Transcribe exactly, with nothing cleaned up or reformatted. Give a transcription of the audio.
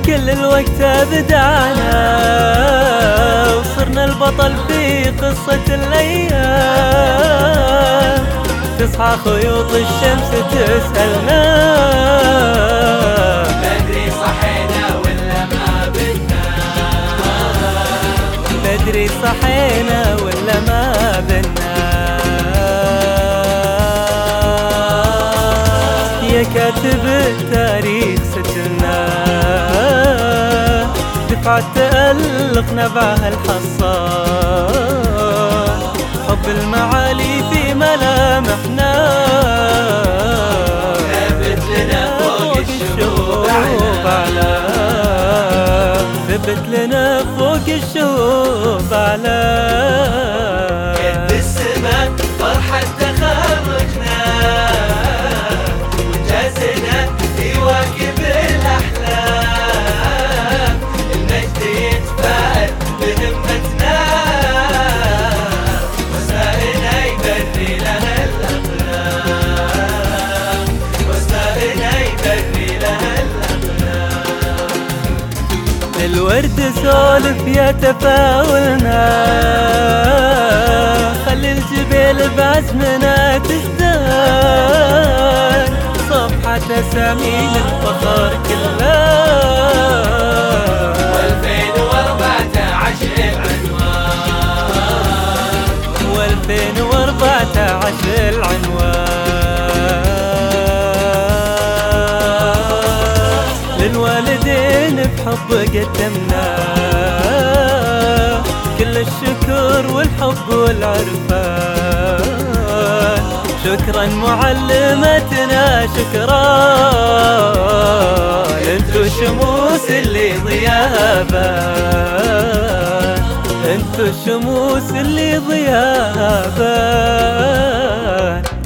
كل الوقت أبدعنا وصرنا البطل في قصة الأيام. تصحى خيوط الشمس تسألنا بدري صحينا ولا ما بدنا، بدري صحينا ولا ما بدنا. يا كاتب التاريخ ستنا دفعة تألق نبعها الحصان، حب المعالي في ملامحنا ثبت لنا فوق الشهوب أعلى، ثبت لنا فوق الشهوب أعلى. قد السما فرحة تخرجنا وإنجازنا يواكب الأحلام، المجد يتفاعل بهمتنا وسائنا يبري لها الأقلام، وسائنا يبري لها الأقلام. الورد سولف يا تفاؤلنا، خلي الجبال بعزمنا تزداد، صفحة أسامي الفخر كلها. والفين واربعة عشر العنوان، والفين واربعة عشر العنوان، للوالدين بحب قدمنا كل الشكر والحب والعرفان. شكرا معلمتنا شكرا، انتو الشموس اللي ضيابان، انتو الشموس اللي ضيابان.